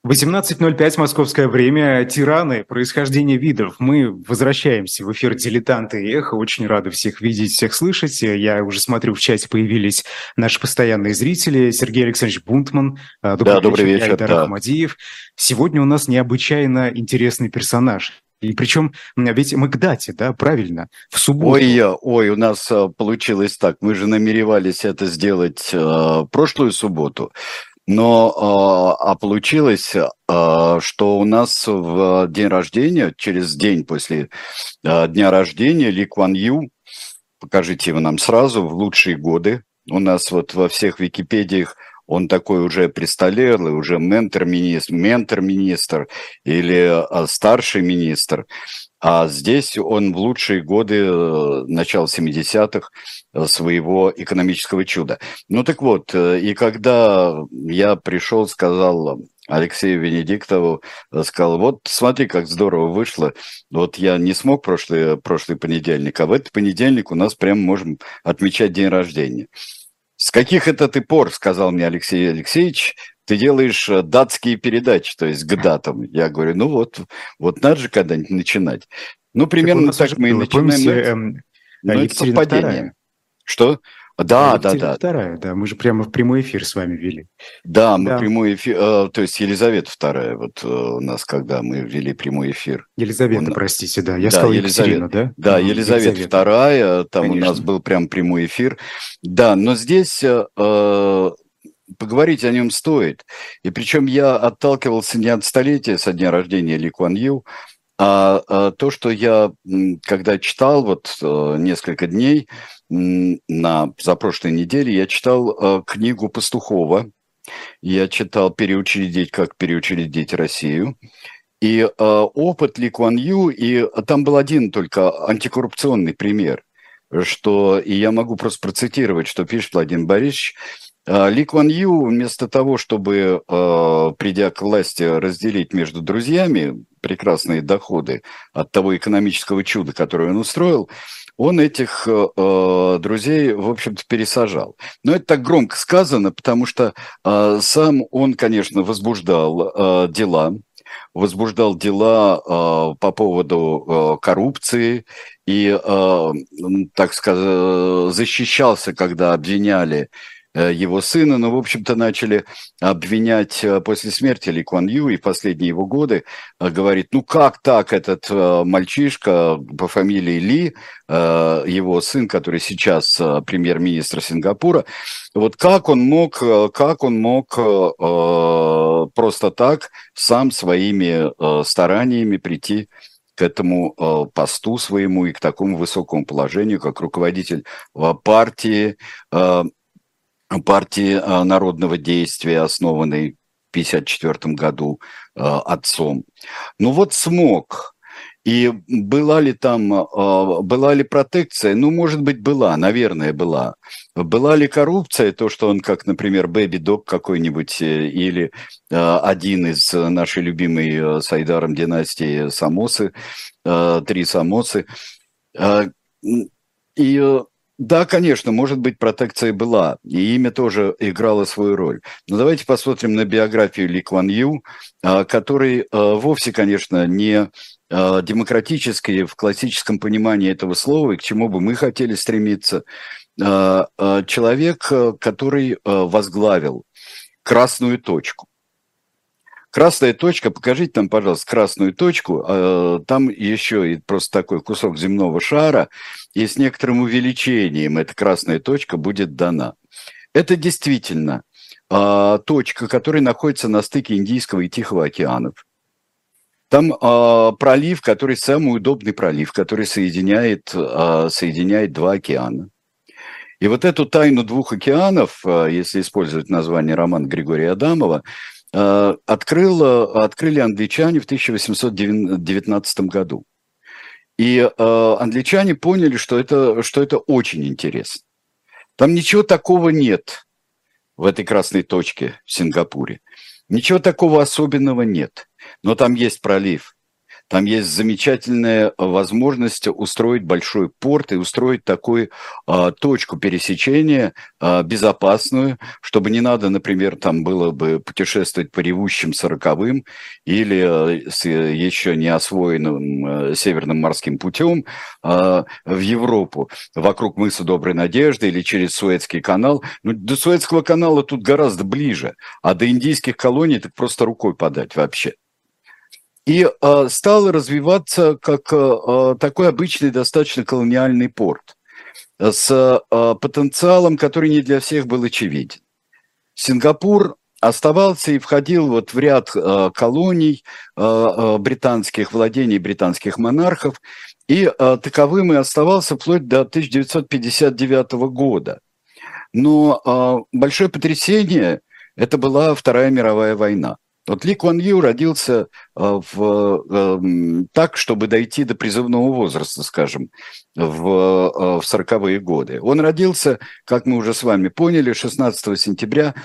18:05 московское время. Тираны. Происхождение видов. Мы возвращаемся в эфир «Дилетанты и Эхо». Очень рады всех видеть, всех слышать. Я уже смотрю, в чате появились наши постоянные зрители. Сергей Александрович Бунтман. Да, Добрый добрый вечер. Я вечер, Айдар да. Ахмадиев. Сегодня у нас необычайно интересный персонаж. И причем, ведь мы к дате, да, правильно, в субботу. Ой, у нас получилось так. Мы же намеревались это сделать прошлую субботу, но получилось, что у нас в день рождения, через день после дня рождения, Ли Куан Ю, покажите его нам сразу, в лучшие годы. У нас вот во всех Википедиях он такой уже престарелый, уже ментор-министр или старший министр. А здесь он в лучшие годы, начала 70-х, своего экономического чуда. Ну так вот, и когда я пришел, сказал Алексею Венедиктову, сказал, вот смотри, как здорово вышло. Вот я не смог прошлый понедельник, а в этот понедельник у нас прям можем отмечать день рождения. С каких это ты пор, сказал мне Алексей Алексеевич, ты делаешь датские передачи, то есть к датам. Я говорю, ну вот надо же когда-нибудь начинать. Ну, Так у примерно нас уже так мы и было, начинаем, помните, но это Екатерина совпадение. II. Что? Да, да, Екатерина да. II, да, мы же прямо в прямой эфир с вами вели. Да, мы Да, прямой эфир, то есть Елизавета II, вот у нас, когда мы ввели прямой эфир. Елизавета, Он, простите, да. Я да, сказал Елизавета. Екатерину, да? Да, Елизавета Елизавета, II, там у нас конечно. был прям прямой эфир. Да, но здесь поговорить о нем стоит. И причем я отталкивался не от столетия со дня рождения Ли Куан Ю, то, что я, когда читал вот несколько дней на позапрошлой неделе, я читал книгу Пастухова, я читал «Переучредить, как переучредить Россию», и опыт Ли Куан Ю, и там был один только антикоррупционный пример, что, и я могу просто процитировать, что пишет Владимир Борисович. Ли Куан Ю вместо того, чтобы, придя к власти, разделить между друзьями прекрасные доходы от того экономического чуда, которое он устроил, он этих друзей, в общем-то, пересажал. Но это так громко сказано, потому что сам он, конечно, возбуждал дела по поводу коррупции и, так сказать, защищался, когда обвиняли его сына, но, в общем-то, начали обвинять после смерти Ли Куан Ю и последние его годы, говорит, ну как так этот мальчишка по фамилии Ли, его сын, который сейчас премьер-министр Сингапура, вот как он мог просто так сам своими стараниями прийти к этому посту своему и к такому высокому положению, как руководитель партии, народного действия, основанной в 1954 году отцом. Ну вот смог. И была ли протекция? Ну, может быть, была, наверное, была. Была ли коррупция, то, что он, как, например, Бэби Дог какой-нибудь, или один из нашей любимой с Айдаром династии Самосы, три Самосы. И да, конечно, может быть, протекция была, и имя тоже играло свою роль. Но давайте посмотрим на биографию Ли Куан Ю, который вовсе, конечно, не демократический в классическом понимании этого слова, и к чему бы мы хотели стремиться. Человек, который возглавил красную точку. Красная точка, покажите нам, пожалуйста, красную точку. Там еще и просто такой кусок земного шара, и с некоторым увеличением эта красная точка будет дана. Это действительно точка, которая находится на стыке Индийского и Тихого океанов. Там пролив, который самый удобный пролив, который соединяет два океана. И вот эту тайну двух океанов, если использовать название романа Григория Адамова, открыли англичане в 1819 году. И англичане поняли, что это очень интересно. Там ничего такого нет в этой красной точке в Сингапуре. Ничего такого особенного нет. Но там есть пролив. Там есть замечательная возможность устроить большой порт и устроить такую точку пересечения безопасную, чтобы не надо, например, там было бы путешествовать по ревущим 40-м или с еще не освоенным Северным морским путем в Европу, вокруг мыса Доброй Надежды или через Суэцкий канал. Ну, до Суэцкого канала тут гораздо ближе, а до индийских колоний так просто рукой подать вообще. И стал развиваться как такой обычный достаточно колониальный порт с потенциалом, который не для всех был очевиден. Сингапур оставался и входил вот в ряд колоний британских владений, британских монархов, и таковым и оставался вплоть до 1959 года. Но большое потрясение – это была Вторая мировая война. Вот Ли Куан Ю родился так, чтобы дойти до призывного возраста, скажем, в 40-е годы. Он родился, как мы уже с вами поняли, 16 сентября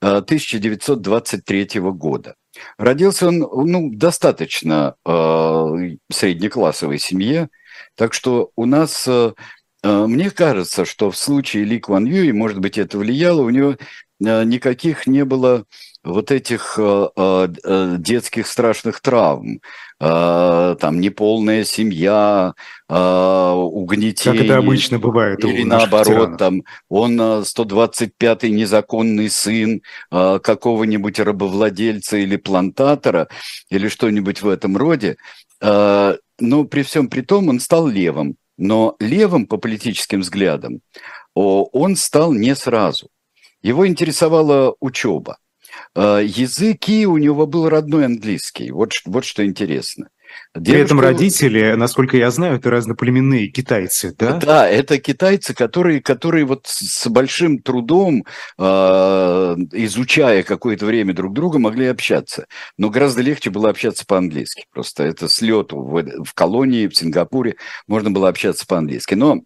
1923 года. Родился он в достаточно среднеклассовой семье, так что у нас, мне кажется, что в случае Ли Куан Ю, и, может быть, это влияло, у него никаких не было вот этих детских страшных травм, там неполная семья, угнетение. Как это обычно бывает или у наших наоборот, тиранов. там, он 125-й незаконный сын какого-нибудь рабовладельца или плантатора, или что-нибудь в этом роде. Но при всем при том он стал левым. Но левым по политическим взглядам он стал не сразу. Его интересовала учеба. Языки у него был родной английский. Вот что интересно. При этом родители, насколько я знаю, это разноплеменные китайцы, да? Да, это китайцы, которые вот с большим трудом, изучая какое-то время друг друга, могли общаться. Но гораздо легче было общаться по-английски. Просто это с лету в колонии, в Сингапуре можно было общаться по-английски. Но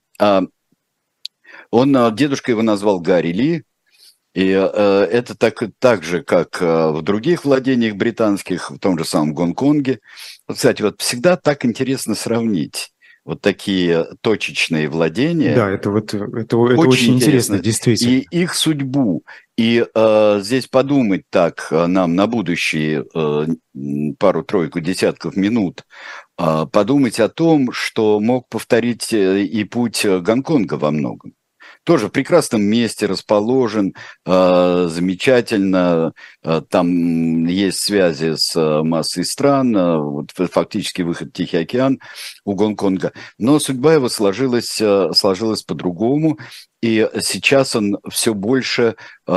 дедушка его назвал Гарри Ли. И это так же, как в других владениях британских, в том же самом Гонконге. Вот, кстати, вот всегда так интересно сравнить вот такие точечные владения. Да, это очень интересно, действительно. И их судьбу. И здесь подумать так нам на будущие пару-тройку десятков минут, подумать о том, что мог повторить и путь Гонконга во многом. Тоже в прекрасном месте расположен, замечательно, там есть связи с массой стран, вот фактически выход в Тихий океан у Гонконга, но судьба его сложилась по-другому, и сейчас он все больше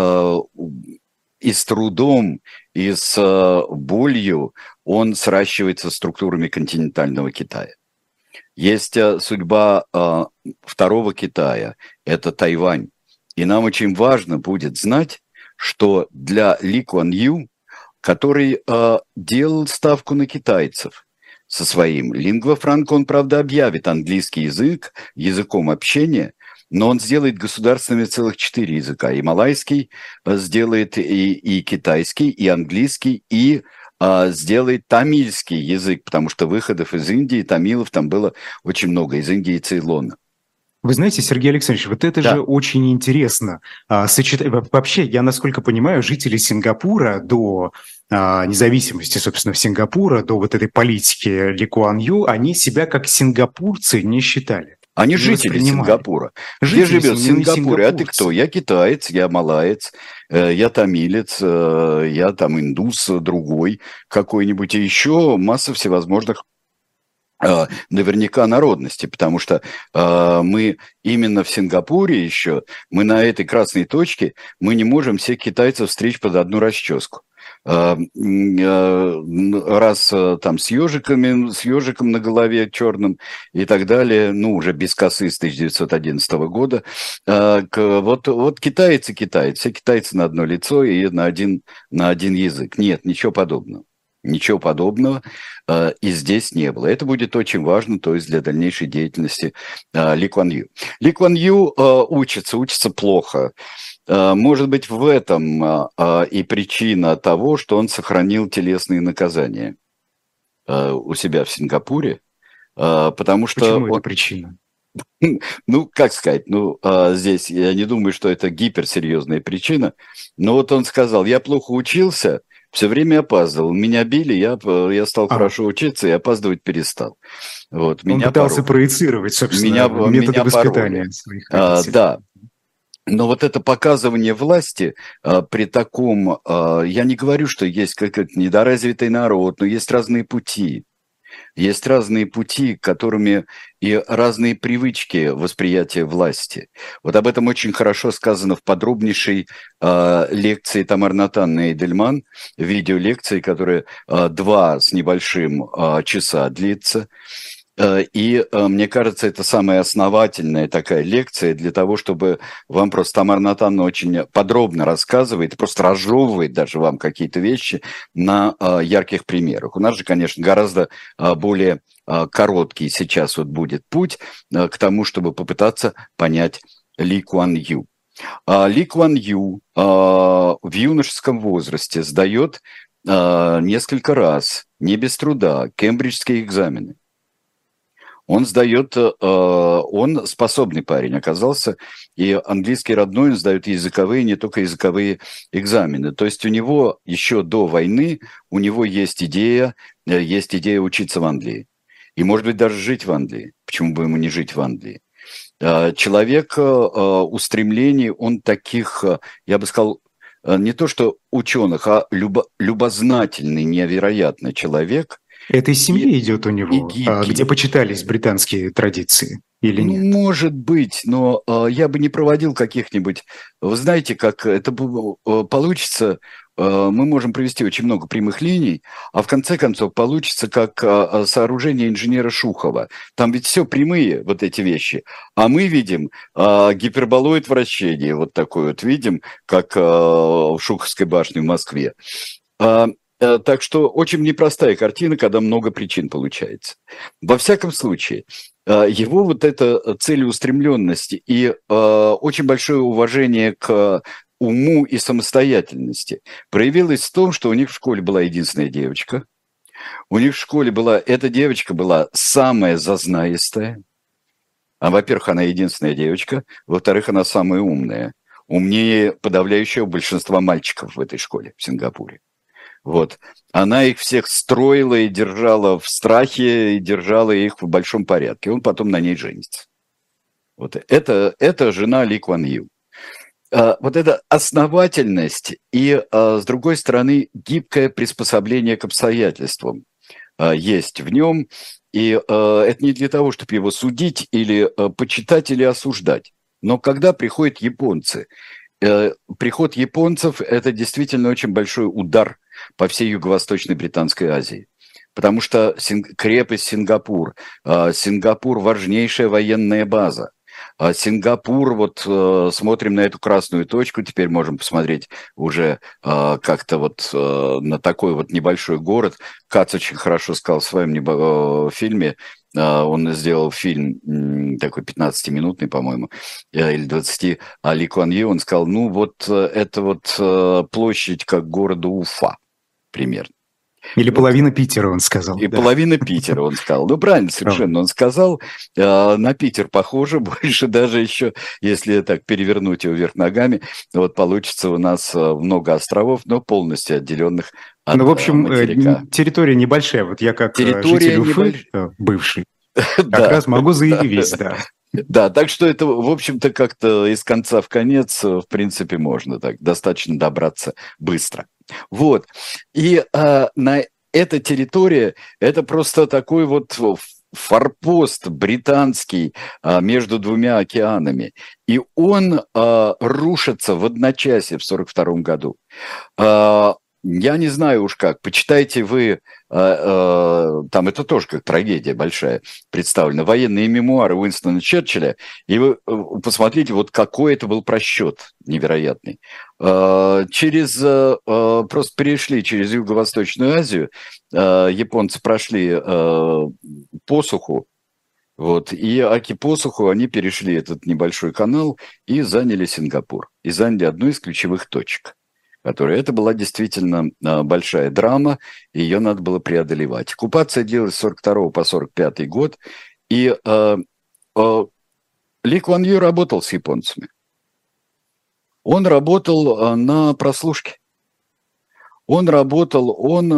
и с трудом, и с болью он сращивается с структурами континентального Китая. Есть судьба второго Китая, это Тайвань. И нам очень важно будет знать, что для Ли Куан Ю, который делал ставку на китайцев со своим лингва франко, он, правда, объявит английский язык языком общения, но он сделает государственными целых 4 языка. И малайский сделает, и китайский, и английский, и сделает тамильский язык, потому что выходов из Индии, тамилов там было очень много, из Индии и Цейлона. Вы знаете, Сергей Александрович, вот это же очень интересно. Вообще, я, насколько понимаю, жители Сингапура до независимости, собственно, Сингапура, до вот этой политики Ли Куан Ю, они себя как сингапурцы не считали. Они жители Сингапура. Где живет в Сингапуре? А ты кто? Я китаец, я малаец, я тамилец, я там индус другой какой-нибудь. И еще масса всевозможных наверняка народности, потому что мы именно в Сингапуре еще, мы на этой красной точке, мы не можем всех китайцев встретить под одну расческу. Раз там с ежиком на голове черным и так далее, ну, уже без косы с 1911 года. Вот китайцы, все китайцы на одно лицо и на один язык. Нет, ничего подобного. Ничего подобного и здесь не было. Это будет очень важно, то есть для дальнейшей деятельности Ли Куан Ю. Ли Куан Ю учится плохо. Может быть, в этом и причина того, что он сохранил телесные наказания. у себя в Сингапуре, потому что Почему это причина? ну, как сказать, здесь я не думаю, что это гиперсерьезная причина, но вот он сказал, я плохо учился, все время опаздывал, меня били, я стал А, хорошо учиться и опаздывать перестал. Вот, он пытался проецировать, собственно, методы меня пороли. воспитания своих родителей. Да, но вот это показывание власти при таком, я не говорю, что есть какой-то недоразвитый народ, но есть разные пути. Есть разные пути, которыми и разные привычки восприятия власти. Вот об этом очень хорошо сказано в подробнейшей лекции Тамар Натан и Эдельман, видеолекции, которая 2 с небольшим часа длится. И мне кажется, это самая основательная такая лекция для того, чтобы вам просто Тамара Натановна очень подробно рассказывает, просто разжевывает даже вам какие-то вещи на ярких примерах. У нас же, конечно, гораздо более короткий сейчас вот будет путь к тому, чтобы попытаться понять Ли Куан Ю. Ли Куан Ю в юношеском возрасте сдает несколько раз, не без труда, кембриджские экзамены. Он сдает, он способный парень оказался, и английский родной, он сдает языковые, не только языковые экзамены. То есть у него еще до войны, у него есть идея учиться в Англии. И, может быть, даже жить в Англии. Почему бы ему не жить в Англии? Человек устремлений, он таких, я бы сказал, не то что ученых, а любознательный, невероятный человек. Это из И, семьи идет у и него, где гибкий. почитались британские традиции или Ну, нет? может быть, но я бы не проводил каких-нибудь... Вы знаете, как это получится, мы можем провести очень много прямых линий, а в конце концов получится как сооружение инженера Шухова. Там ведь все прямые, вот эти вещи. А мы видим гиперболоид вращения, вот такой вот видим, как в Шуховской башне в Москве. Так что очень непростая картина, когда много причин получается. Во всяком случае, его вот эта целеустремленность и очень большое уважение к уму и самостоятельности проявилось в том, что у них в школе была единственная девочка. У них в школе эта девочка была самая зазнаистая. Во-первых, она единственная девочка. Во-вторых, она самая умная. Умнее подавляющего большинства мальчиков в этой школе в Сингапуре. Вот. Она их всех строила и держала в страхе, и держала их в большом порядке. Он потом на ней женится. Вот. Это жена Ли Куан Ю. Вот эта основательность и, с другой стороны, гибкое приспособление к обстоятельствам есть в нем. И это не для того, чтобы его судить или почитать или осуждать. Но когда приходят японцы, приход японцев – это действительно очень большой удар по всей Юго-Восточной Британской Азии. Потому что крепость Сингапур, Сингапур – важнейшая военная база. Сингапур, вот смотрим на эту красную точку, теперь можем посмотреть уже как-то вот на такой вот небольшой город. Кац очень хорошо сказал в своем фильме, он сделал фильм такой 15-минутный, по-моему, или 20, о Ли Куан Ю, он сказал, ну вот это вот площадь как города Уфа, примерно. Или Вот. половина Питера, он сказал. И Да. половина Питера, он сказал. Ну, правильно совершенно он сказал. На Питер похоже, больше даже еще, если так перевернуть его вверх ногами, вот получится у нас много островов, но полностью отделенных от Ну, в общем, материка. территория небольшая. Вот я как Территория житель Уфы, небольшая. бывший, как Да, раз могу заявить, да. да, так что это, в общем-то, как-то из конца в конец, в принципе, можно так достаточно добраться быстро. Вот. И на эта территория, это просто такой вот форпост британский между двумя океанами. И он рушится в одночасье в 1942 году. Я не знаю уж как. Почитайте вы, там это тоже как трагедия большая представлена, военные мемуары Уинстона Черчилля, и вы посмотрите, вот какой это был просчет невероятный. Просто перешли через Юго-Восточную Азию, японцы прошли посуху, вот, и Аки-посуху они перешли этот небольшой канал и заняли Сингапур, и заняли одну из ключевых точек. Это была действительно большая драма, и ее надо было преодолевать. Оккупация длилась с 42 по 45 год, и Ли Куан Ю работал с японцами. Он работал на прослушке. Он работал,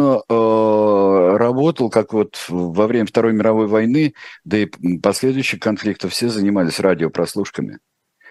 как вот во время Второй мировой войны, да и последующих конфликтов, все занимались радиопрослушками,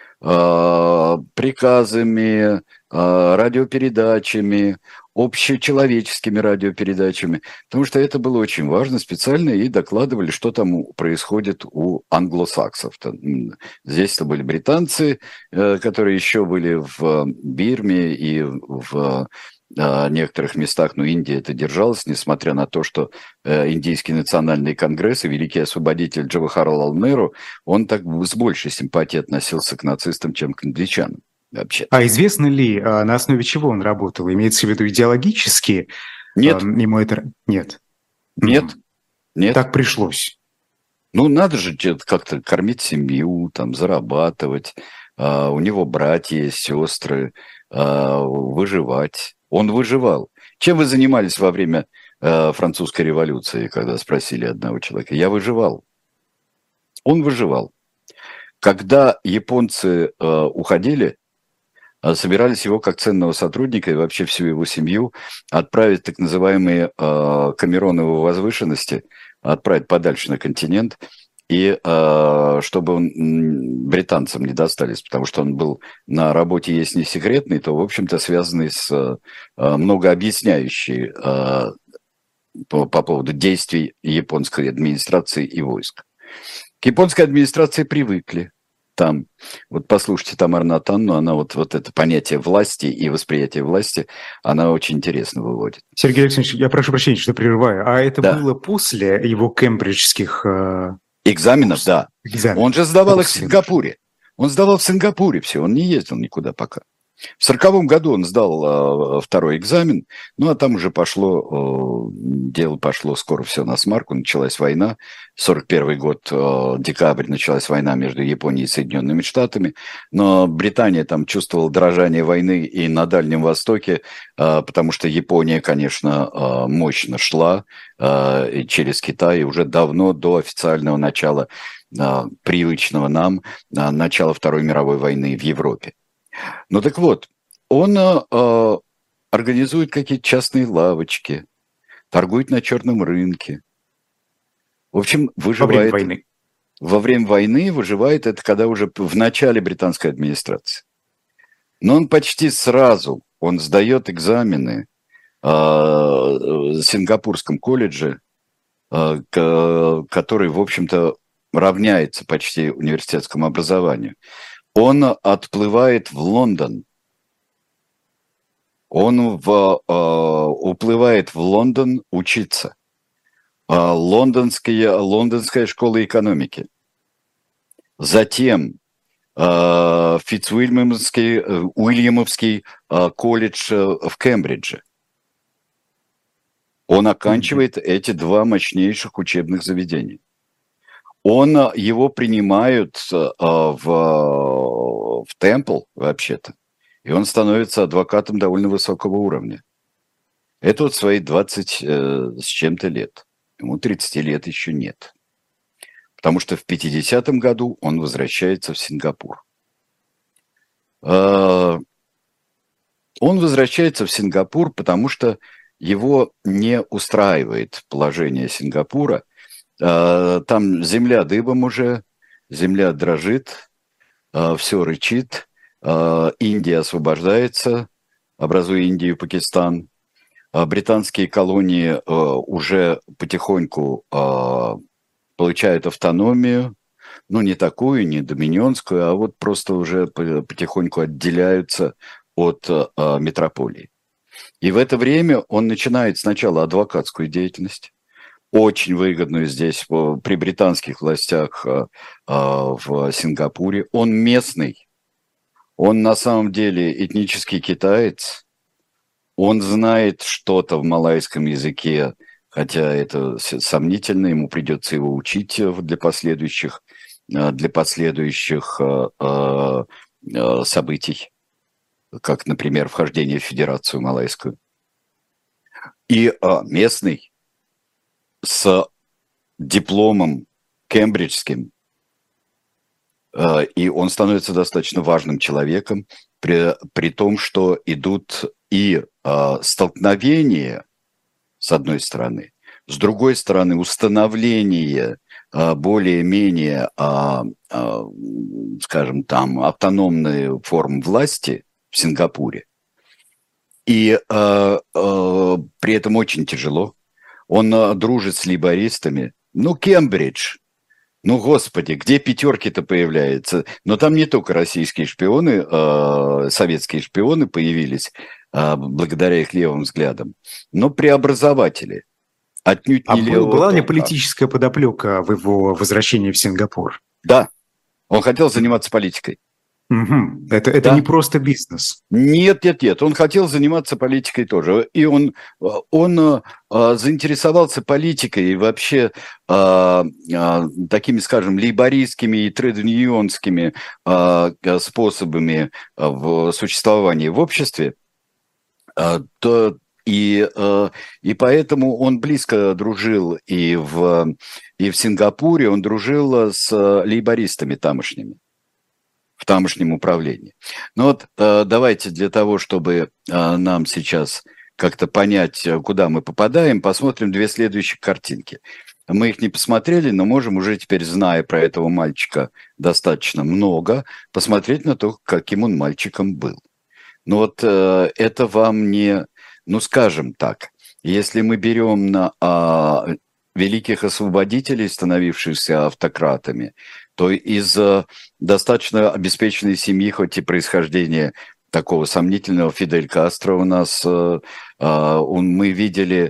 приказами, радиопередачами, общечеловеческими радиопередачами, потому что это было очень важно специально, и докладывали, что там происходит у англосаксов. Здесь это были британцы, которые еще были в Бирме и в некоторых местах, но Индия это держалась, несмотря на то, что Индийский национальный конгресс и великий освободитель Джавахарлал Неру, он так с большей симпатией относился к нацистам, чем к англичанам вообще. А известно ли, на основе чего он работал? Имеется в виду идеологически? Нет. Ему это... Нет. Нет. Нет. Так пришлось. Ну, надо же как-то кормить семью, там, зарабатывать. У него братья, сестры, выживать. Он выживал. Чем вы занимались во время французской революции, когда спросили одного человека? Я выживал. Он выживал. Когда японцы уходили, собирались его как ценного сотрудника и вообще всю его семью отправить в так называемые Камероновы возвышенности, отправить подальше на континент, и чтобы британцам не достались, потому что он был на работе, если не секретный, то, в общем-то, связанный с многообъясняющей по поводу действий японской администрации и войск. К японской администрации привыкли. Там, вот послушайте Тамару Натанну, она вот это понятие власти и восприятие власти, она очень интересно выводит. Сергей Алексеевич, я прошу прощения, что прерываю. А это было после его кембриджских... экзаменов, да. Экзаменов. Он же сдавал их в Сингапуре. Он сдавал в Сингапуре все, он не ездил никуда пока. В 1940 году он сдал второй экзамен, ну а там уже дело пошло скоро все на смарку, началась война. 1941 год, декабрь, началась война между Японией и Соединенными Штатами, но Британия там чувствовала дрожание войны и на Дальнем Востоке, потому что Япония, конечно, мощно шла через Китай уже давно до официального начала, привычного нам, начала Второй мировой войны в Европе. Ну так вот, он организует какие-то частные лавочки, торгует на черном рынке. В общем, выживает. Во время войны. Во время войны выживает это, когда уже в начале британской администрации. Но он почти сразу, он сдает экзамены в Сингапурском колледже, который, в общем-то, равняется почти университетскому образованию. Он отплывает в Лондон. Он уплывает в Лондон учиться. Лондонская школа экономики. Затем Уильямовский колледж в Кембридже. Он оканчивает эти два мощнейших учебных заведения. Его принимают в Темпл, вообще-то, и он становится адвокатом довольно высокого уровня. Это вот свои 20 с чем-то лет. Ему 30 лет еще нет. Потому что в 50-м году он возвращается в Сингапур. Он возвращается в Сингапур, потому что его не устраивает положение Сингапура. Там земля дыбом уже, земля дрожит, все рычит, Индия освобождается, образуя Индию и Пакистан. Британские колонии уже потихоньку получают автономию, ну не такую, не доминионскую, а вот просто уже потихоньку отделяются от метрополии. И в это время он начинает сначала адвокатскую деятельность, очень выгодную здесь при британских властях в Сингапуре. Он местный, он на самом деле этнический китаец, он знает что-то в малайском языке, хотя это сомнительно, ему придется его учить для последующих событий. как, например, вхождение в Федерацию Малайскую, и местный с дипломом кембриджским, и он становится достаточно важным человеком, при том, что идут и столкновения, с одной стороны, с другой стороны, установление более-менее, скажем, там, автономной формы власти в Сингапуре, и при этом очень тяжело. Он дружит с лейбористами. Ну, Кембридж. Ну, господи, где пятерки-то появляются? Но там не только российские шпионы, советские шпионы появились благодаря их левым взглядам, но преобразователи. Отнюдь не левого была ли толка. политическая подоплека в его возвращении в Сингапур? Да, он хотел заниматься политикой. Угу. Это Да. не просто бизнес. Нет, он хотел заниматься политикой тоже. И он заинтересовался политикой и вообще такими, скажем, лейбористскими и трейд-юнионскими способами существования в обществе. И поэтому он близко дружил и в Сингапуре, он дружил с лейбористами тамошними, в тамошнем управлении. Ну вот давайте для того, чтобы нам сейчас как-то понять, куда мы попадаем, посмотрим две следующие картинки. Мы их не посмотрели, но можем уже теперь, зная про этого мальчика достаточно много, посмотреть на то, каким он мальчиком был. Ну вот это вам не, ну скажем так, если мы берем на великих освободителей, становившихся автократами, то из достаточно обеспеченной семьи, хоть и происхождения такого сомнительного, Фидель Кастро у нас, мы видели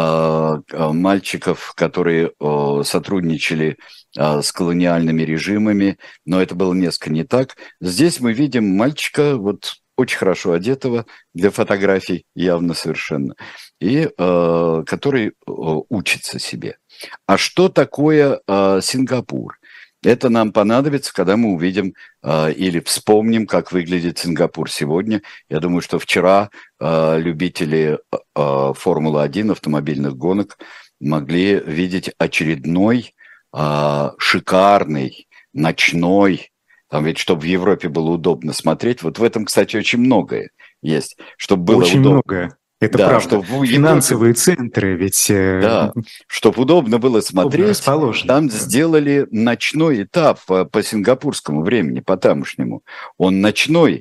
мальчиков, которые сотрудничали с колониальными режимами, но это было несколько не так. Здесь мы видим мальчика, вот очень хорошо одетого для фотографий, явно совершенно, и который учится себе. А что такое Сингапур? Это нам понадобится, когда мы увидим или вспомним, как выглядит Сингапур сегодня. Я думаю, что вчера любители Формулы-1, автомобильных гонок, могли видеть очередной шикарный ночной, там ведь, чтобы в Европе было удобно смотреть. Вот в этом, кстати, очень многое есть, чтобы было очень удобно. Многое. Это Да, правда. Финансовые центры, ведь... Да, чтобы удобно было смотреть, там да. сделали ночной этап по сингапурскому времени, по тамошнему. Он ночной,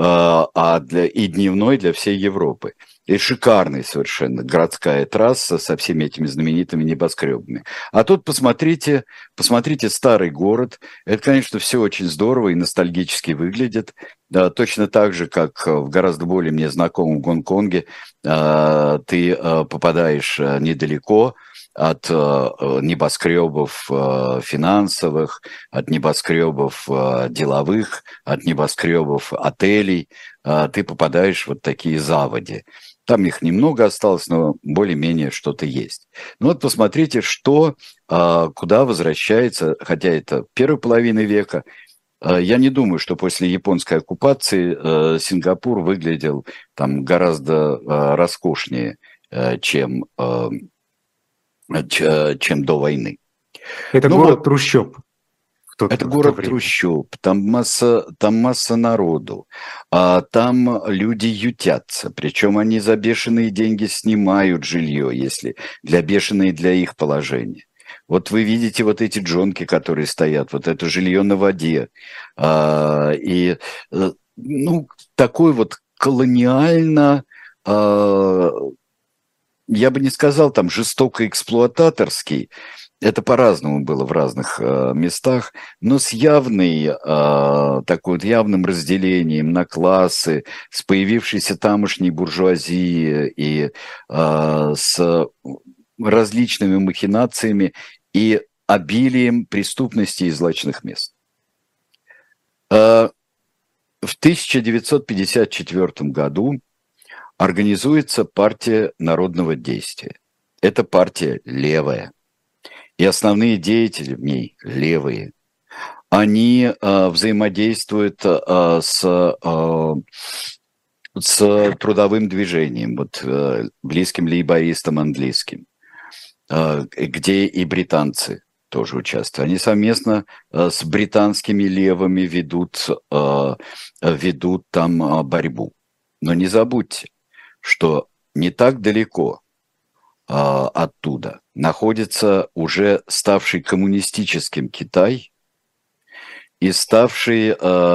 и дневной для всей Европы. И шикарный совершенно городская трасса со всеми этими знаменитыми небоскребами. А тут посмотрите старый город. Это, конечно, все очень здорово и ностальгически выглядит. Да, точно так же, как в гораздо более мне знакомом Гонконге, ты попадаешь недалеко от небоскребов финансовых, от небоскребов деловых, от небоскребов отелей. Ты попадаешь в вот такие заводи. Там их немного осталось, но более-менее что-то есть. Ну вот посмотрите, куда возвращается, хотя это первая половина века. Я не думаю, что после японской оккупации Сингапур выглядел там гораздо роскошнее, чем до войны. Это город трущоб. Это город трущоб, там масса народу, там люди ютятся, причем они за бешеные деньги снимают жилье, если для их положения. Вот вы видите вот эти джонки, которые стоят, вот это жилье на воде, такой вот колониально, я бы не сказал там жестоко эксплуататорский. Это по-разному было в разных местах, но с явным разделением на классы, с появившейся тамошней буржуазией и с различными махинациями и обилием преступности и злачных мест. В 1954 году организуется партия народного действия. Это партия левая. И основные деятели в ней левые. Они взаимодействуют с с трудовым движением, вот близким лейбористам английским, где и британцы тоже участвуют. Они совместно с британскими левыми ведут там борьбу. Но не забудьте, что не так далеко оттуда находится уже ставший коммунистическим Китай и ставший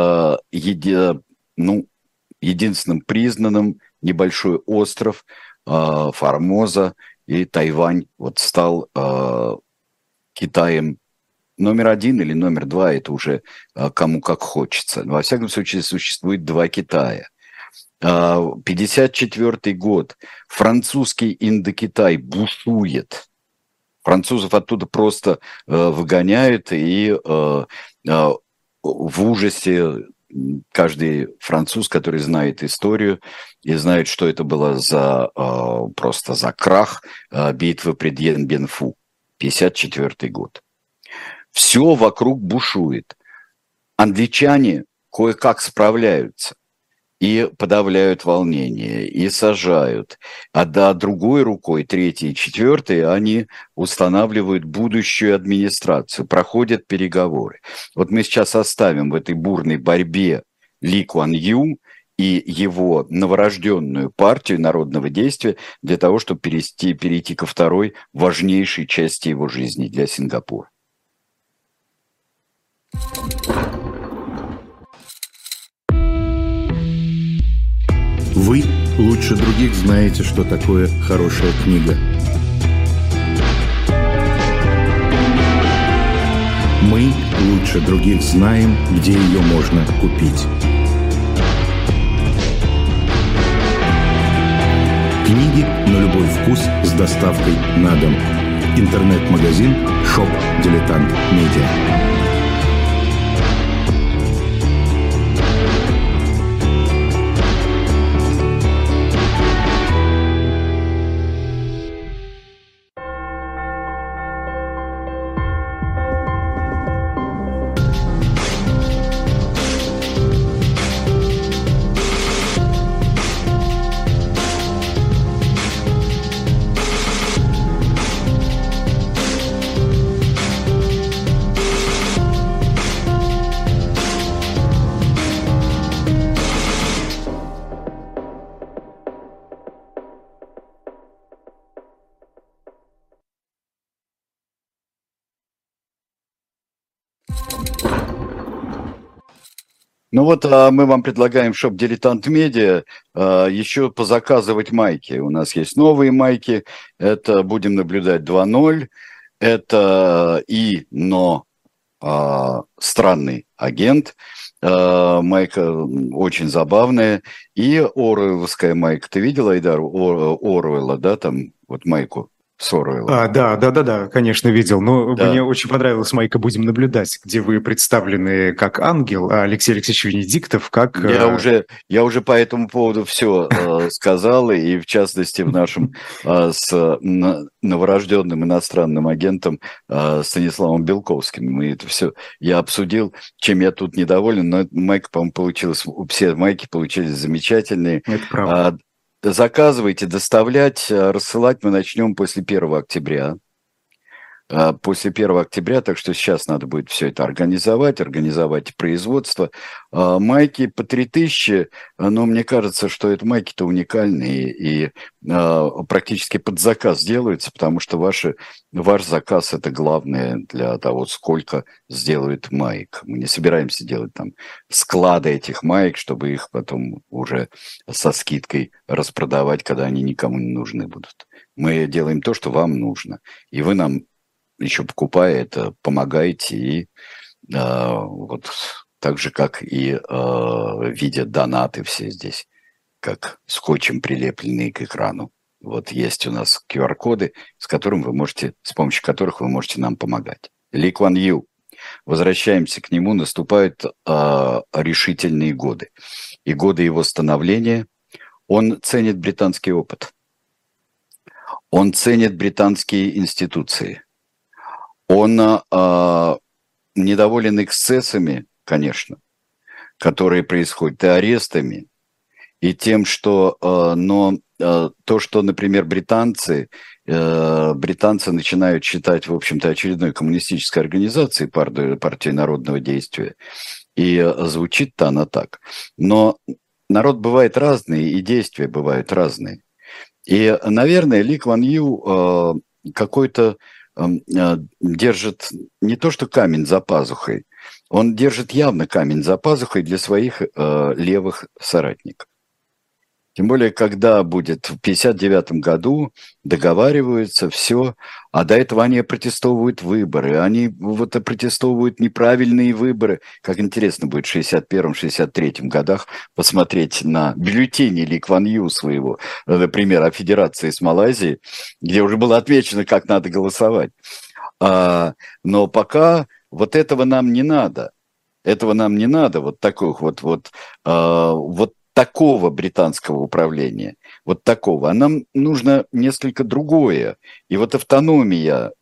единственным признанным небольшой остров Формоза, и Тайвань вот стал Китаем номер 1 или номер 2, это уже кому как хочется. Но, во всяком случае, существует два Китая. 1954 год. Французский Индокитай бушует. Французов оттуда просто выгоняют, и в ужасе каждый француз, который знает историю и знает, что это было просто за крах битвы при Дьен-Бен-Фу, 1954 год. Все вокруг бушует. Англичане кое-как справляются и подавляют волнение, и сажают. А другой рукой, третьей и четвертой, они устанавливают будущую администрацию, проходят переговоры. Вот мы сейчас оставим в этой бурной борьбе Ли Куан Ю и его новорожденную партию народного действия для того, чтобы перейти ко второй важнейшей части его жизни для Сингапура. Вы лучше других знаете, что такое хорошая книга. Мы лучше других знаем, где ее можно купить. Книги на любой вкус с доставкой на дом. Интернет-магазин «Шоп Дилетант Медиа». Ну вот мы вам предлагаем в шоп «Дилетант Медиа» еще позаказывать майки. У нас есть новые майки. Это «Будем наблюдать 2.0». Это «Но странный агент». Майка очень забавная. И оруэлловская майка. Ты видел, Айдар, Оруэлла, да, там вот майку? Да, конечно, видел. Но да. Мне очень понравилась майка «Будем наблюдать», где вы представлены как ангел, а Алексей Алексеевич Венедиктов как... Я уже по этому поводу все сказал, и в частности в нашем с новорожденным иностранным агентом Станиславом Белковским. Мы это все я обсудил, чем я тут недоволен, но майка, по-моему, получилась, все майки получились замечательные. Это правда. Заказывайте, доставлять, рассылать мы начнем после 1 октября. После 1 октября, так что сейчас надо будет все это организовать производство. Майки по 3000, но мне кажется, что это майки-то уникальные и практически под заказ делаются, потому что ваш заказ – это главное для того, сколько сделают маек. Мы не собираемся делать там склады этих маек, чтобы их потом уже со скидкой распродавать, когда они никому не нужны будут. Мы делаем то, что вам нужно, и вы нам еще покупая это, помогаете, и вот так же, как и видят донаты все здесь, как скотчем прилепленные к экрану. Вот есть у нас QR-коды, с помощью которых вы можете нам помогать. Ли Куан Ю. Возвращаемся к нему, наступают решительные годы. И годы его становления. Он ценит британский опыт. Он ценит британские институции. Он недоволен эксцессами, конечно, которые происходят, и арестами, и тем, что, то, что, например, британцы начинают считать, в общем-то, очередной коммунистической организацией партии народного действия, и звучит-то она так. Но народ бывает разный, и действия бывают разные. И, наверное, Ли Куан Ю какой-то держит не то что камень за пазухой, он держит явно камень за пазухой для своих левых соратников. Тем более, когда будет в 1959 году, договариваются, все, а до этого они протестовывают выборы, они вот протестовывают неправильные выборы. Как интересно будет в 1961-1963 годах посмотреть на бюллетени Ли Куан Ю своего, например, о федерации с Малайзией, где уже было отмечено, как надо голосовать. Но пока вот этого нам не надо. Этого нам не надо, вот таких вот такого британского управления, вот такого. А нам нужно несколько другое. И вот автономия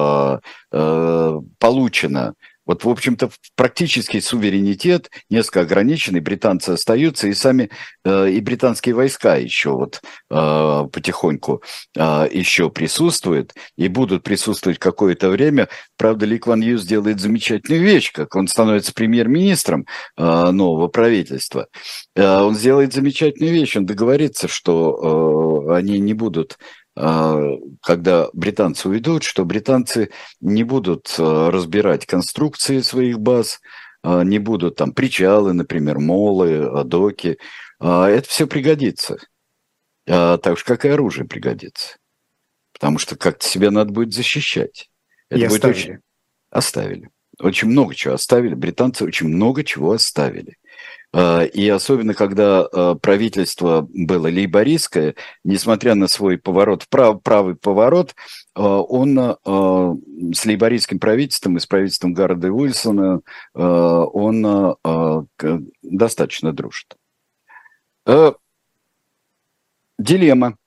получена. Вот, в общем-то, практически суверенитет несколько ограниченный, британцы остаются, и сами, и британские войска еще вот потихоньку еще присутствуют, и будут присутствовать какое-то время. Правда, Ли Куан Ю сделает замечательную вещь, как он становится премьер-министром нового правительства. Он сделает замечательную вещь, он договорится, что они не будут... когда британцы уйдут, что британцы не будут разбирать конструкции своих баз, не будут там причалы, например, молы, доки. Это все пригодится. Так же, как и оружие пригодится. Потому что как-то себя надо будет защищать. Это И будет оставили. Оставили. Очень много чего оставили. Британцы очень много чего оставили. И особенно, когда правительство было лейбористское, несмотря на свой поворот, правый поворот, он с лейбористским правительством и с правительством Гарольда Уилсона, он достаточно дружит. Дилемма.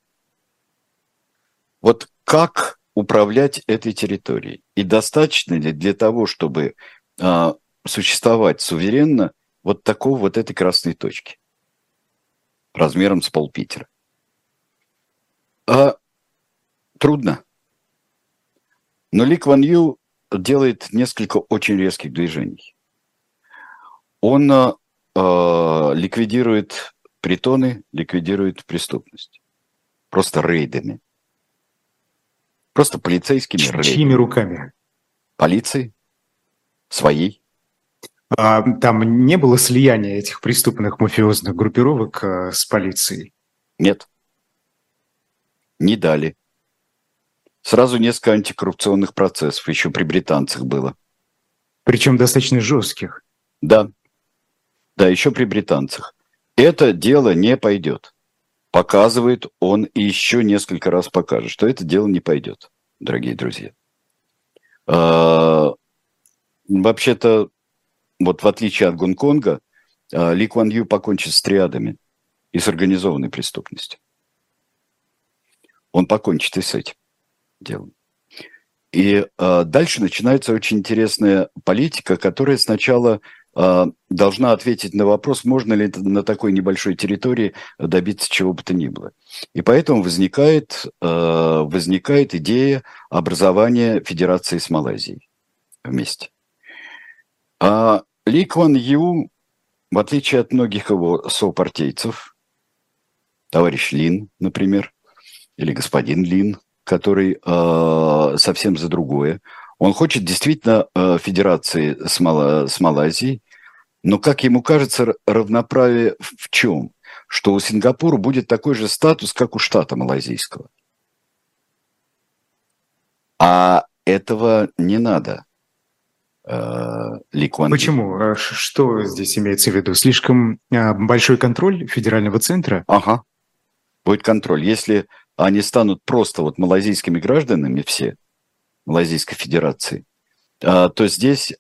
Вот как управлять этой территорией? И достаточно ли для того, чтобы существовать суверенно, вот такого вот этой красной точки размером с полпитера? Трудно. Но Ли Куан Ю делает несколько очень резких движений. Он ликвидирует притоны, ликвидирует преступность. Просто рейдами. Просто полицейскими рейдами. Чьими руками? Полиции. Своей. Там не было слияния этих преступных мафиозных группировок с полицией? Нет. Не дали. Сразу несколько антикоррупционных процессов еще при британцах было. Причем достаточно жестких. Да. Да, еще при британцах. Это дело не пойдет. Показывает он и еще несколько раз покажет, что это дело не пойдет, дорогие друзья. Вообще-то, вот в отличие от Гонконга, Ли Куан Ю покончит с триадами и с организованной преступностью. Он покончит и с этим делом. И дальше начинается очень интересная политика, которая сначала должна ответить на вопрос, можно ли на такой небольшой территории добиться чего бы то ни было. И поэтому возникает идея образования федерации с Малайзией вместе. А Ли Куан Ю, в отличие от многих его сопартийцев, товарищ Лин, например, или господин Лин, который совсем за другое, он хочет действительно федерации с Малайзией, но, как ему кажется, равноправие в чем? Что у Сингапура будет такой же статус, как у штата малайзийского. А этого не надо Ли Куан Ю. Почему? Что здесь имеется в виду? Слишком большой контроль федерального центра? Ага, будет контроль. Если они станут просто вот малайзийскими гражданами все, Малайзийской Федерации, то здесь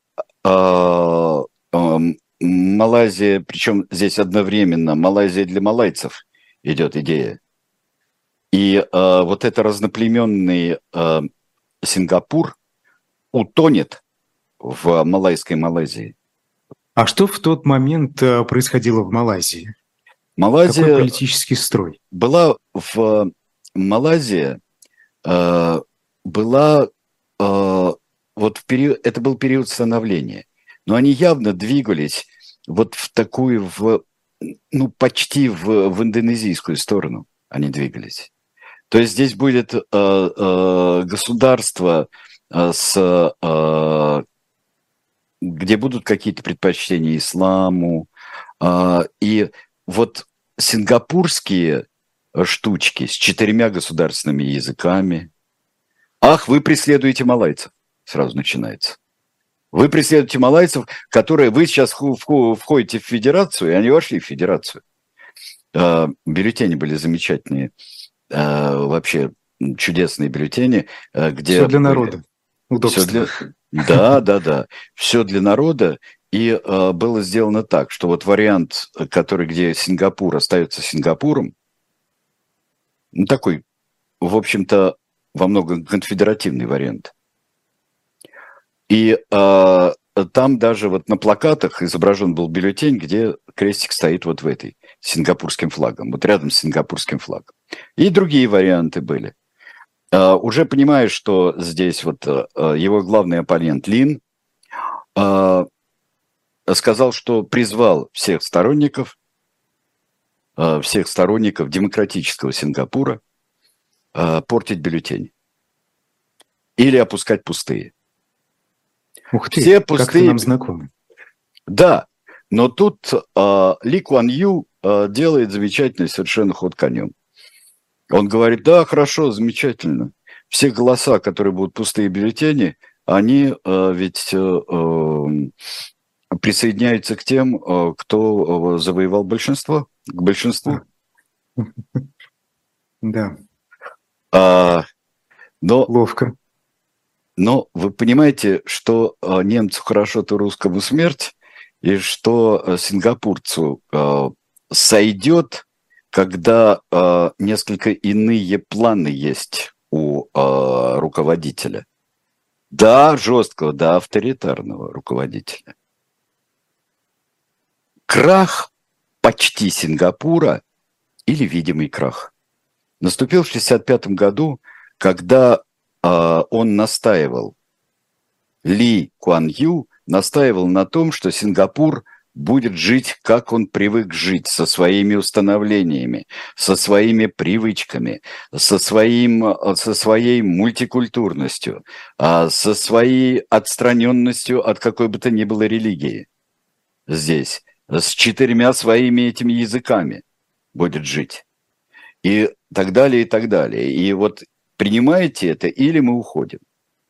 Малайзия, причем здесь одновременно Малайзия для малайцев идет идея. И вот это разноплеменный Сингапур утонет в малайской Малайзии. А что в тот момент происходило в Малайзии? Малайзия... Какой политический строй? Была в Малайзии, была вот в период, это был период становления, но они явно двигались вот в такую, ну, почти в индонезийскую сторону они двигались. То есть здесь будет государство, где будут какие-то предпочтения исламу, и вот сингапурские штучки с 4 государственными языками. Ах, вы преследуете малайцев, сразу начинается. Вы преследуете малайцев, которые... Вы сейчас входите в федерацию, и они вошли в федерацию. Бюллетени были замечательные, вообще чудесные бюллетени, где... Все для народа. Удобство. Да. Все для народа. И было сделано так, что вот вариант, где Сингапур остается Сингапуром, ну, такой, в общем-то, во многом конфедеративный вариант. И там даже вот на плакатах изображен был бюллетень, где крестик стоит вот в этой, с сингапурским флагом, вот рядом с сингапурским флагом. И другие варианты были. Уже понимаешь, что здесь вот его главный оппонент Лин сказал, что призвал всех сторонников демократического Сингапура портить бюллетени или опускать пустые. Ух ты, все пустые... как-то нам знакомы. Да, но тут Ли Куан Ю делает замечательный совершенно ход конем. Он говорит, да, хорошо, замечательно. Все голоса, которые будут пустые бюллетени, они ведь присоединяются к тем, кто завоевал большинство, к большинству. Да. Но ловко. Но вы понимаете, что немцу хорошо, то русскому смерть, и что сингапурцу сойдет, когда несколько иные планы есть у руководителя. Да, жесткого, да, авторитарного руководителя. Крах почти Сингапура или видимый крах наступил в 1965 году, когда он настаивал, Ли Куан Ю настаивал на том, что Сингапур будет жить, как он привык жить, со своими установлениями, со своими привычками, со своей мультикультурностью, со своей отстраненностью от какой бы то ни было религии. Здесь с 4 своими этими языками будет жить. И так далее, и так далее. И вот принимаете это, или мы уходим.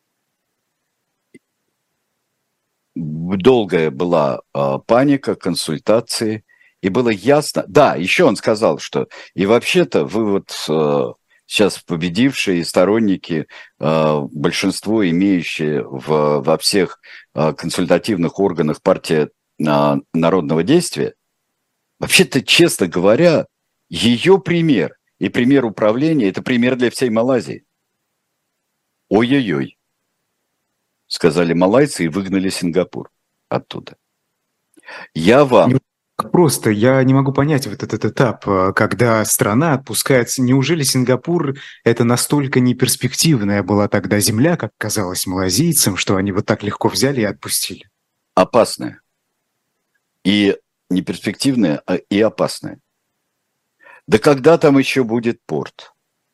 Долгая была паника, консультации, и было ясно... Да, еще он сказал, что и вообще-то вы вот сейчас победившие сторонники, большинство имеющие во всех консультативных органах партия народного действия, вообще-то, честно говоря, ее пример и пример управления – это пример для всей Малайзии. Ой-ой-ой, сказали малайцы и выгнали Сингапур оттуда. Я вам... Просто я не могу понять вот этот этап, когда страна отпускается. Неужели Сингапур – это настолько неперспективная была тогда земля, как казалось малазийцам, что они вот так легко взяли и отпустили? Опасная. И неперспективная, и опасная. Да когда там еще будет порт?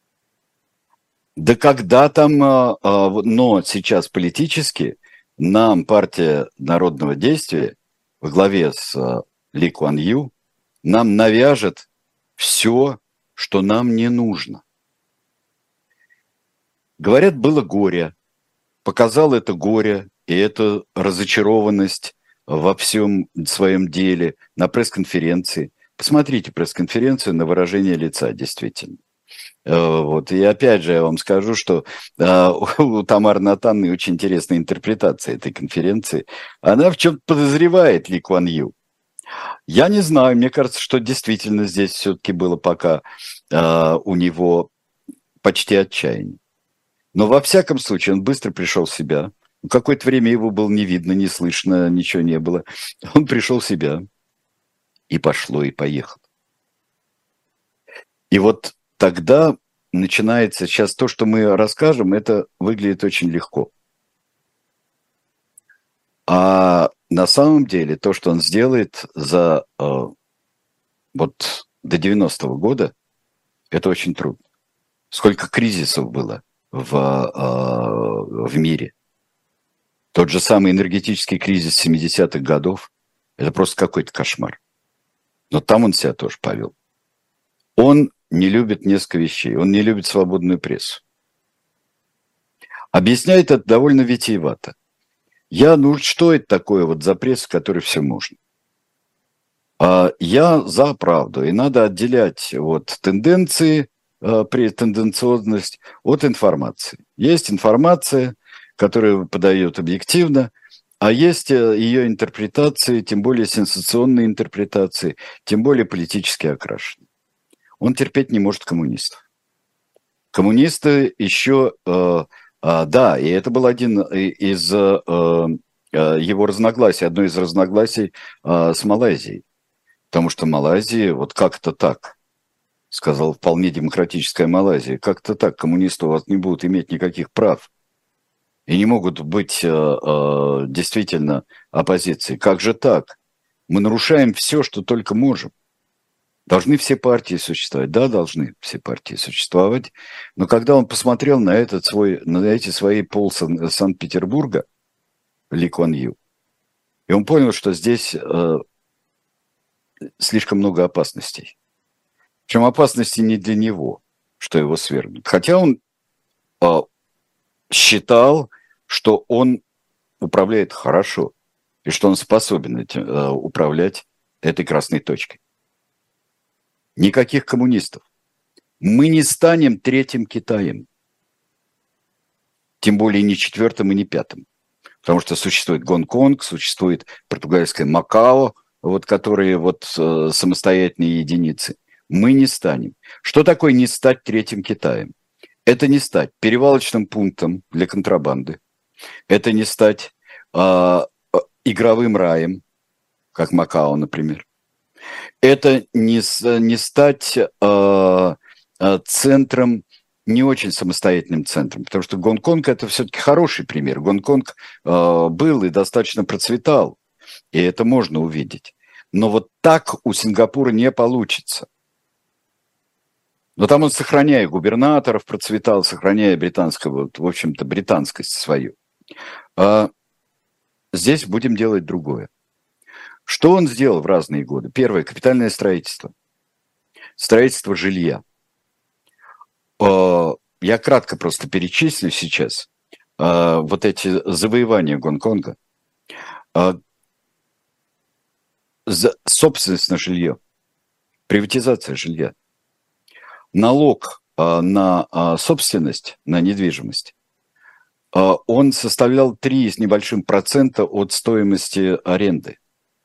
Да когда там... Но сейчас политически нам партия народного действия во главе с Ли Куан Ю нам навяжет все, что нам не нужно. Говорят, было горе. Показал это горе и эту разочарованность во всем своем деле на пресс-конференции. Посмотрите пресс-конференцию на выражение лица, действительно. Вот. И опять же я вам скажу, что у Тамары Натанны очень интересная интерпретация этой конференции. Она в чем-то подозревает Ли Куан Ю. Я не знаю, мне кажется, что действительно здесь все-таки было пока у него почти отчаяние. Но во всяком случае он быстро пришел в себя. Какое-то время его было не видно, не слышно, ничего не было. Он пришел в себя. И пошло, и поехало. И вот тогда начинается, сейчас то, что мы расскажем, это выглядит очень легко. А на самом деле то, что он сделает за вот до 90-го года, это очень трудно. Сколько кризисов было в мире. Тот же самый энергетический кризис 70-х годов, это просто какой-то кошмар. Но там он себя тоже повел. Он не любит несколько вещей. Он не любит свободную прессу. Объясняет это довольно витиевато. Что это такое вот за прессу, которой все можно? Я за правду. И надо отделять вот тенденции, тенденциозность от информации. Есть информация, которую подает объективно, а есть ее интерпретации, тем более сенсационные интерпретации, тем более политически окрашенные. Он терпеть не может коммунистов. Коммунисты еще... да, и это был один из его разногласий, одно из разногласий с Малайзией. Потому что Малайзия, вот как-то так, сказал вполне демократическая Малайзия, как-то так, коммунисты у вас не будут иметь никаких прав и не могут быть действительно оппозицией. Как же так? Мы нарушаем все, что только можем. Должны все партии существовать. Да, должны все партии существовать. Но когда он посмотрел на эти свои пол Санкт-Петербурга, Ли Куан Ю, и он понял, что здесь слишком много опасностей. Причем опасности не для него, что его свергнут. Хотя он считал, что он управляет хорошо, и что он способен управлять этой красной точкой. Никаких коммунистов. Мы не станем третьим Китаем. Тем более не четвертым и не пятым. Потому что существует Гонконг, существует португальское Макао, вот, которые вот самостоятельные единицы. Мы не станем. Что такое не стать третьим Китаем? Это не стать перевалочным пунктом для контрабанды. Это не стать игровым раем, как Макао, например. Это не стать центром, не очень самостоятельным центром, потому что Гонконг – это все-таки хороший пример. Гонконг был и достаточно процветал, и это можно увидеть. Но вот так у Сингапура не получится. Но там он, сохраняя губернаторов, процветал, сохраняя британскую, в общем-то, британскость свою. Здесь будем делать другое. Что он сделал в разные годы? Первое – капитальное строительство. Строительство жилья. Я кратко просто перечислю сейчас вот эти завоевания Гонконга. Собственность на жилье, приватизация жилья, налог на собственность, на недвижимость, он составлял 3 с небольшим процента от стоимости аренды,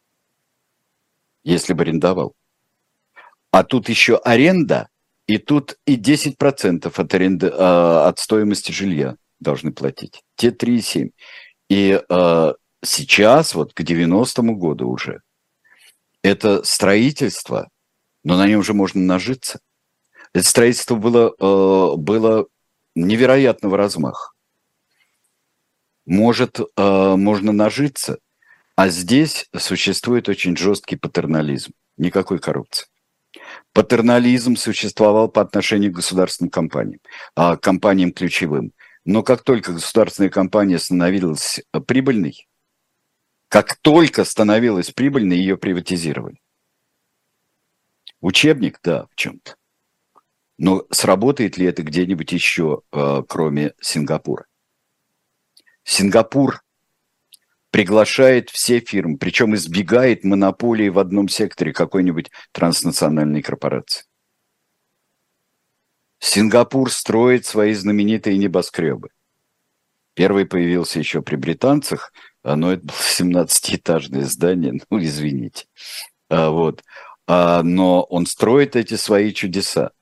если бы арендовал. А тут еще аренда, и тут и 10% от аренды, от стоимости жилья должны платить. Те 3,7. И сейчас, вот к 90-му году уже, это строительство, но на нем уже можно нажиться. Это строительство было невероятного размаха. Можно нажиться, а здесь существует очень жесткий патернализм. Никакой коррупции. Патернализм существовал по отношению к государственным компаниям, компаниям ключевым. Но как только государственная компания становилась прибыльной, ее приватизировали. Учебник, да, в чем-то. Но сработает ли это где-нибудь еще, кроме Сингапура? Сингапур приглашает все фирмы, причем избегает монополии в одном секторе какой-нибудь транснациональной корпорации. Сингапур строит свои знаменитые небоскребы. Первый появился еще при британцах, но это было 17-этажное здание, ну, извините. Но он строит эти свои чудеса.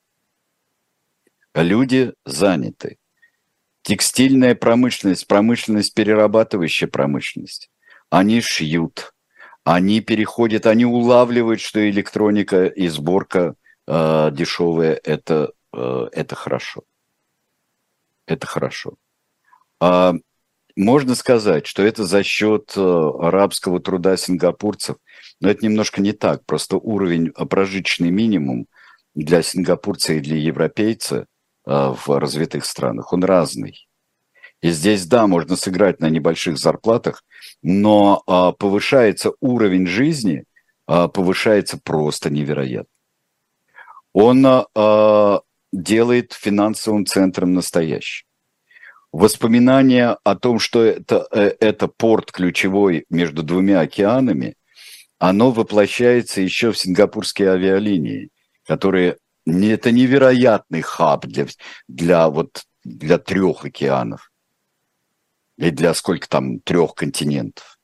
Люди заняты. Текстильная промышленность, перерабатывающая промышленность. Они шьют, они переходят, они улавливают, что электроника и сборка дешевое, это хорошо. Это хорошо. Можно сказать, что это за счет рабского труда сингапурцев, но это немножко не так. Просто уровень прожиточный минимум для сингапурца и для европейца в развитых странах, он разный. И здесь, да, можно сыграть на небольших зарплатах, но повышается уровень жизни, повышается просто невероятно. Он делает финансовым центром настоящим. Воспоминание о том, что это порт ключевой между двумя океанами, оно воплощается еще в сингапурские авиалинии, которые это невероятный хаб для 3 океанов и для сколько там 3 континентов.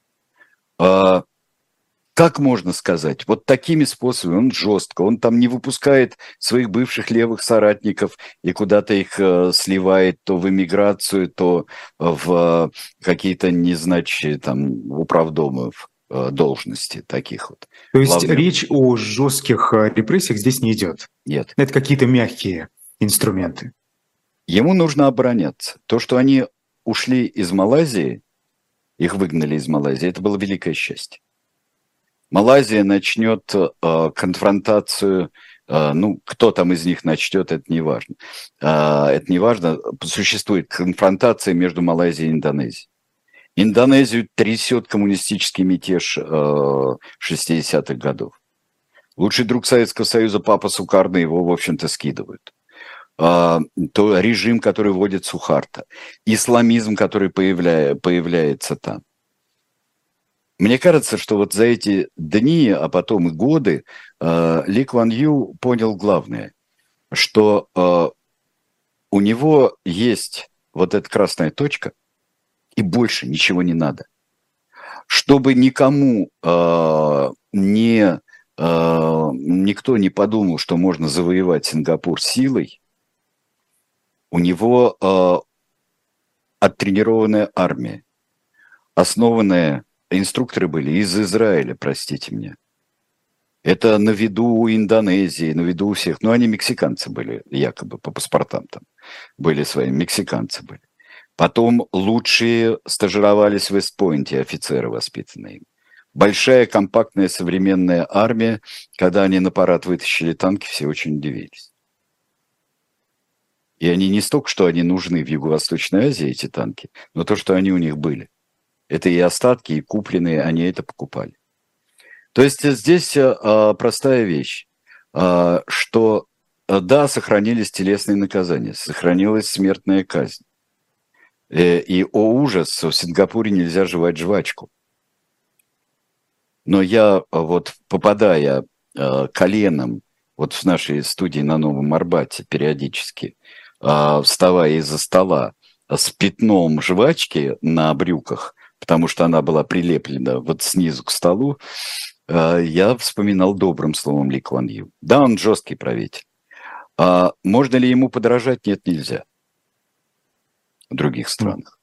Как можно сказать? Вот такими способами, он жестко, он там не выпускает своих бывших левых соратников и куда-то их сливает то в эмиграцию, то в какие-то незначащие там управдомов должности таких вот. То есть речь о жестких репрессиях здесь не идет? Нет. Это какие-то мягкие инструменты? Ему нужно обороняться. То, что они ушли из Малайзии, их выгнали из Малайзии, это было великое счастье. Малайзия начнет конфронтацию, кто там из них начнет, это не важно. Это не важно, существует конфронтация между Малайзией и Индонезией. Индонезию трясет коммунистический мятеж 60-х годов. Лучший друг Советского Союза, папа Сукарно, его, в общем-то, скидывают. То режим, который вводит Сухарто, исламизм, который появляется там. Мне кажется, что вот за эти дни, а потом и годы, Ли Куан Ю понял главное, что у него есть вот эта красная точка, и больше ничего не надо. Чтобы никому никто не подумал, что можно завоевать Сингапур силой, у него оттренированная армия, основанная. Инструкторы были из Израиля, простите меня. Это на виду у Индонезии, на виду у всех. Но они мексиканцы были, якобы, по паспортам там были свои, мексиканцы были. Потом лучшие стажировались в Вестпойнте, офицеры воспитанные. Большая, компактная, современная армия. Когда они на парад вытащили танки, все очень удивились. И они не столько, что они нужны в Юго-Восточной Азии, эти танки, но то, что они у них были. Это и остатки, и купленные, они это покупали. То есть здесь простая вещь, что да, сохранились телесные наказания, сохранилась смертная казнь. И, о ужас, в Сингапуре нельзя жевать жвачку. Но я вот, попадая коленом вот в нашей студии на Новом Арбате периодически, вставая из-за стола с пятном жвачки на брюках, потому что она была прилеплена вот снизу к столу, я вспоминал добрым словом Ли Куан Ю. Да, он жесткий правитель. Можно ли ему подражать? Нет, нельзя. В других странах.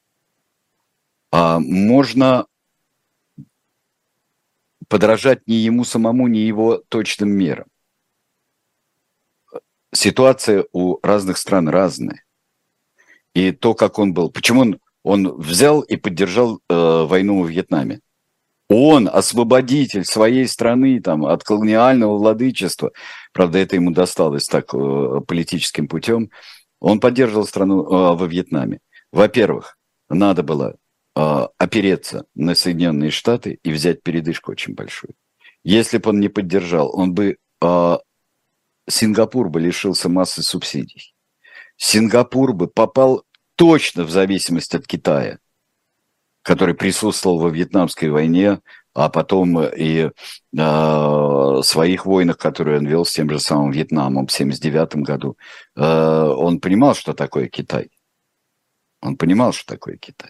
Можно подражать не ему самому, не его точным мерам. Ситуация у разных стран разная. И то, как он был. Почему он взял и поддержал войну во Вьетнаме? Он освободитель своей страны там, от колониального владычества. Правда, это ему досталось так политическим путем. Он поддерживал страну во Вьетнаме. Во-первых, надо было опереться на Соединенные Штаты и взять передышку очень большую. Если бы он не поддержал, он бы Сингапур бы лишился массы субсидий. Сингапур бы попал точно в зависимость от Китая, который присутствовал во Вьетнамской войне, а потом и своих войнах, которые он вел с тем же самым Вьетнамом в 1979 году. Он понимал, что такое Китай. Он понимал, что такое Китай.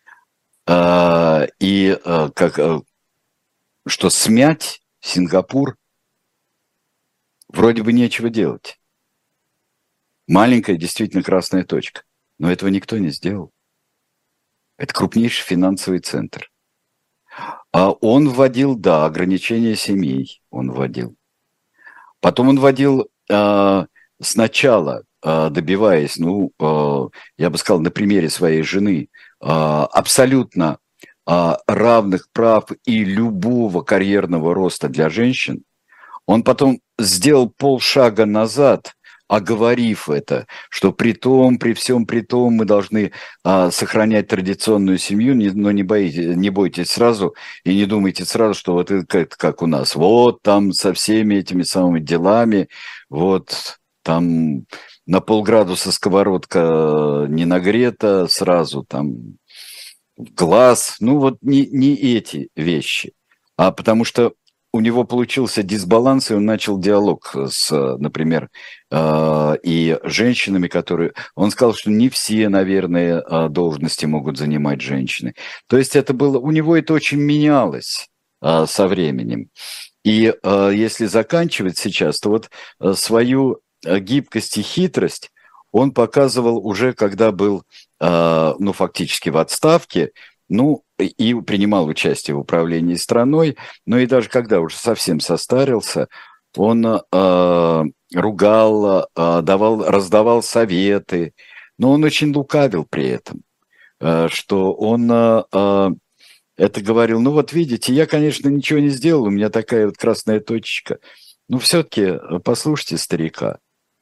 Что смять Сингапур вроде бы нечего делать. Маленькая действительно красная точка. Но этого никто не сделал. Это крупнейший финансовый центр. Он вводил, да, ограничения семей он вводил. Потом он вводил сначала, добиваясь, я бы сказал, на примере своей жены, абсолютно равных прав и любого карьерного роста для женщин, он потом сделал полшага назад, оговорив это, что при всем при том мы должны сохранять традиционную семью, но не бойтесь сразу и не думайте сразу, что вот это как у нас, вот там со всеми этими самыми делами, вот там на полградуса сковородка не нагрета, сразу там глаз, не эти вещи, а потому что у него получился дисбаланс, и он начал диалог с, например, и женщинами, которые... Он сказал, что не все, наверное, должности могут занимать женщины. То есть это было... У него это очень менялось со временем. И если заканчивать сейчас, то вот свою гибкость и хитрость он показывал уже, когда был, фактически в отставке, и принимал участие в управлении страной, но и даже когда уже совсем состарился, он ругал, раздавал советы, но он очень лукавил при этом, что он это говорил, видите, я, конечно, ничего не сделал, у меня такая вот красная точечка, но все-таки послушайте старика.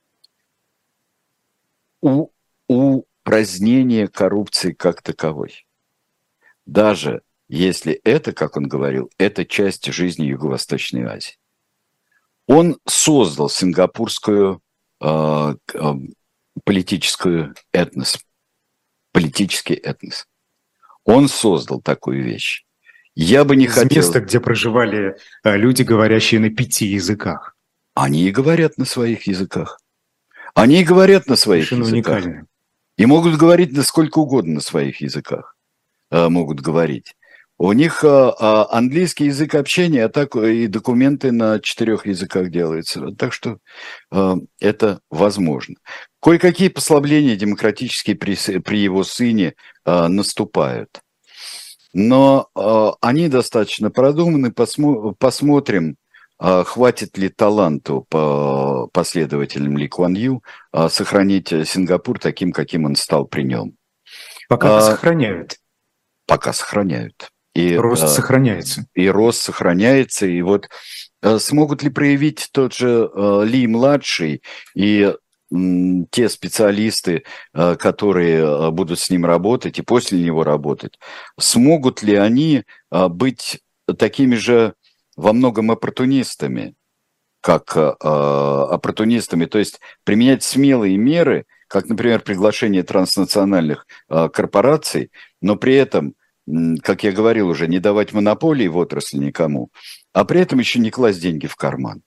Упразднение коррупции как таковой. Даже если это, как он говорил, это часть жизни Юго-Восточной Азии. Он создал сингапурскую политический этнос. Он создал такую вещь. Я бы не хотел... Место, где проживали люди, говорящие на 5 языках. Они и говорят на своих языках. Совершенно уникально. И могут говорить на сколько угодно на своих языках. Могут говорить. У них английский язык общения, а так и документы на 4 языках делаются. Так что это возможно. Кое-какие послабления демократические при его сыне наступают. Но они достаточно продуманы. Посмотрим, хватит ли таланту по последователям Ли Куан Ю сохранить Сингапур таким, каким он стал при нем. Пока сохраняют. Пока сохраняют. И рост сохраняется. И рост сохраняется. И вот смогут ли проявить тот же Ли-младший и те специалисты, которые будут с ним работать и после него работать, смогут ли они быть такими же во многом оппортунистами, как оппортунистами, то есть применять смелые меры, как, например, приглашение транснациональных корпораций, но при этом, как я говорил уже, не давать монополии в отрасли никому, а при этом еще не класть деньги в карман.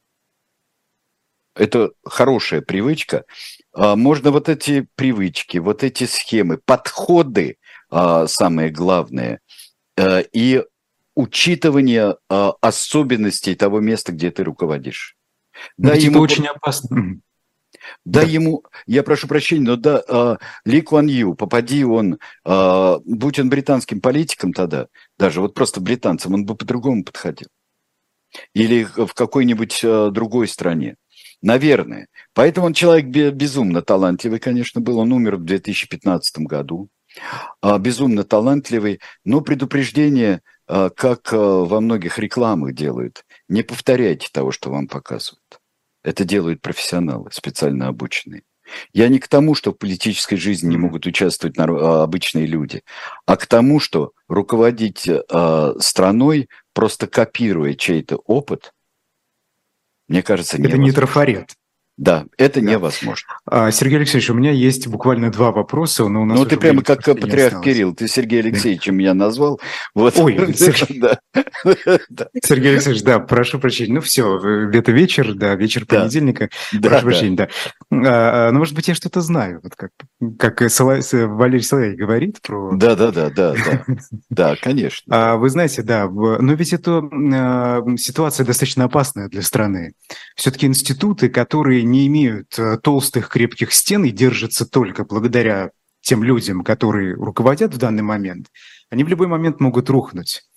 Это хорошая привычка. Можно вот эти привычки, вот эти схемы, подходы, самое главное, и учитывание особенностей того места, где ты руководишь. Да, ему очень опасно. Да, ему, я прошу прощения, но да, Ли Куан Ю, попади он, будь он британским политиком тогда, даже вот просто британцем, он бы по-другому подходил. Или в какой-нибудь другой стране. Наверное. Поэтому он человек безумно талантливый, конечно, был. Он умер в 2015 году. Безумно талантливый, но предупреждение, как во многих рекламах делают, не повторяйте того, что вам показывают. Это делают профессионалы, специально обученные. Я не к тому, что в политической жизни не могут участвовать обычные люди, а к тому, что руководить страной, просто копируя чей-то опыт, мне кажется, невозможно. Это не трафарет. Да, это невозможно. Сергей Алексеевич, у меня есть буквально 2 вопроса, но у нас ты прямо как патриарх Кирилл, ты Сергей Алексеевичем меня назвал. Вот. Ой, Сергей Алексеевич, да, прошу прощения. Ну все, это вечер, да, вечер понедельника. Прошу прощения, да. Ну, может быть, я что-то знаю, вот как Валерий Соловей говорит про... Да, конечно. Вы знаете, да, но ведь это ситуация достаточно опасная для страны. Все-таки институты, которые не имеют толстых крепких стен и держатся только благодаря тем людям, которые руководят в данный момент, они в любой момент могут рухнуть.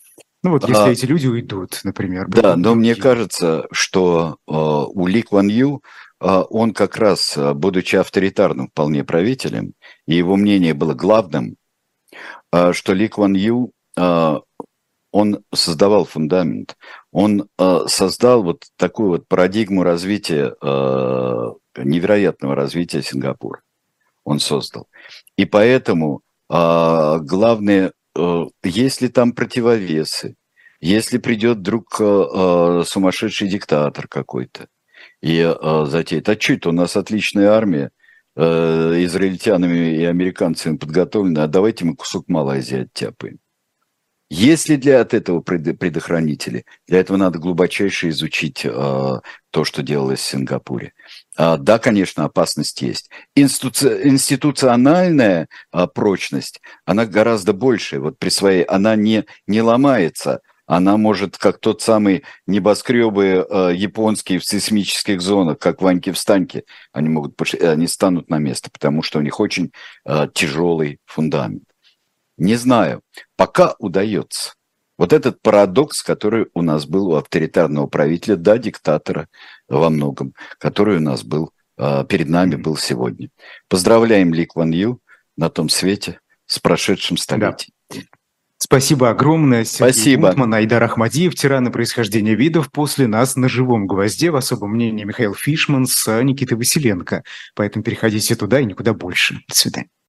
Ну вот если эти люди уйдут, например. Да, но мне кажется, что у Ли Куан Ю, он как раз, будучи авторитарным вполне правителем, и его мнение было главным, что Ли Куан Ю, он создавал фундамент, он создал вот такую вот парадигму развития, невероятного развития Сингапура. Он создал. И поэтому главное, если там противовесы, если придет вдруг сумасшедший диктатор какой-то и затеет, а что это у нас отличная армия, израильтянами и американцами подготовлена, а давайте мы кусок Малайзии оттяпаем. Есть ли от этого предохранители? Для этого надо глубочайше изучить то, что делалось в Сингапуре. Да, конечно, опасность есть. Институциональная прочность, она гораздо большая. Вот при своей, она не ломается. Она может, как тот самый небоскребы японские в сейсмических зонах, как Ваньки-встаньки, они станут на место, потому что у них очень тяжелый фундамент. Не знаю, пока удается. Вот этот парадокс, который у нас был у авторитарного правителя, да, диктатора во многом, который у нас был, перед нами был сегодня. Поздравляем Ли Куан Ю на том свете с прошедшим столетием. Да. Спасибо огромное. Сергей Гунтман, Айдар Ахмадиев, «Тираны происхождения видов». После нас на живом гвозде в особом мнении Михаил Фишман с Никитой Василенко. Поэтому переходите туда и никуда больше. До свидания.